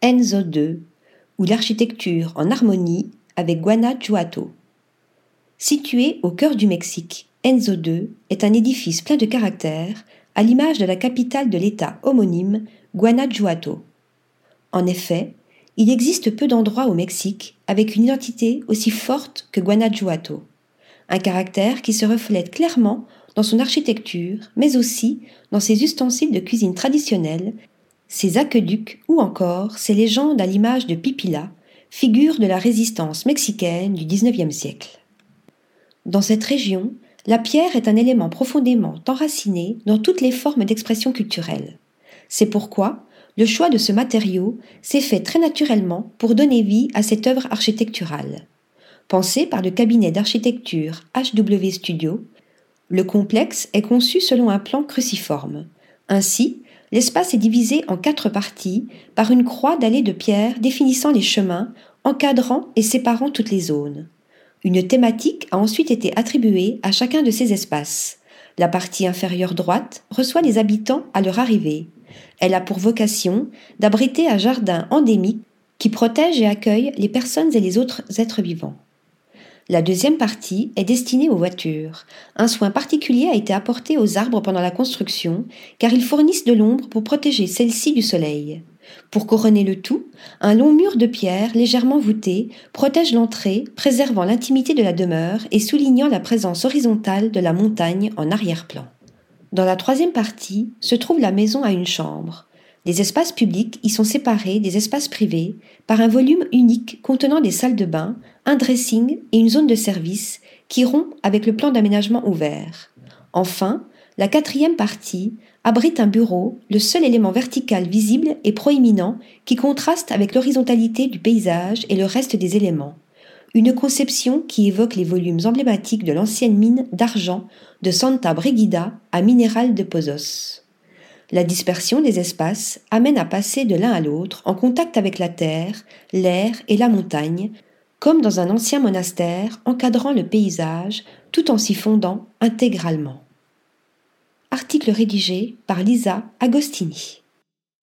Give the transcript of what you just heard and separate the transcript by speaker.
Speaker 1: Enzo II ou l'architecture en harmonie avec Guanajuato. Situé au cœur du Mexique, Enzo II est un édifice plein de caractère, à l'image de la capitale de l'État homonyme, Guanajuato. En effet, il existe peu d'endroits au Mexique avec une identité aussi forte que Guanajuato. Un caractère qui se reflète clairement dans son architecture, mais aussi dans ses ustensiles de cuisine traditionnels, ses aqueducs ou encore ses légendes à l'image de Pipila, figure de la résistance mexicaine du XIXe siècle. Dans cette région, la pierre est un élément profondément enraciné dans toutes les formes d'expression culturelle. C'est pourquoi le choix de ce matériau s'est fait très naturellement pour donner vie à cette œuvre architecturale. Pensé par le cabinet d'architecture HW Studio, le complexe est conçu selon un plan cruciforme. Ainsi, l'espace est divisé en 4 parties par une croix dallée de pierre définissant les chemins, encadrant et séparant toutes les zones. Une thématique a ensuite été attribuée à chacun de ces espaces. La partie inférieure droite reçoit les habitants à leur arrivée. Elle a pour vocation d'abriter un jardin endémique qui protège et accueille les personnes et les autres êtres vivants. La deuxième partie est destinée aux voitures. Un soin particulier a été apporté aux arbres pendant la construction, car ils fournissent de l'ombre pour protéger celles-ci du soleil. Pour couronner le tout, un long mur de pierre légèrement voûté protège l'entrée, préservant l'intimité de la demeure et soulignant la présence horizontale de la montagne en arrière-plan. Dans la troisième partie se trouve la maison à une chambre. Les espaces publics y sont séparés des espaces privés par un volume unique contenant des salles de bain, un dressing et une zone de service qui rompt avec le plan d'aménagement ouvert. Enfin, la quatrième partie abrite un bureau, le seul élément vertical visible et proéminent qui contraste avec l'horizontalité du paysage et le reste des éléments. Une conception qui évoque les volumes emblématiques de l'ancienne mine d'argent de Santa Brígida à Mineral de Pozos. La dispersion des espaces amène à passer de l'un à l'autre en contact avec la terre, l'air et la montagne, comme dans un ancien monastère encadrant le paysage tout en s'y fondant intégralement. Article rédigé par Lisa Agostini.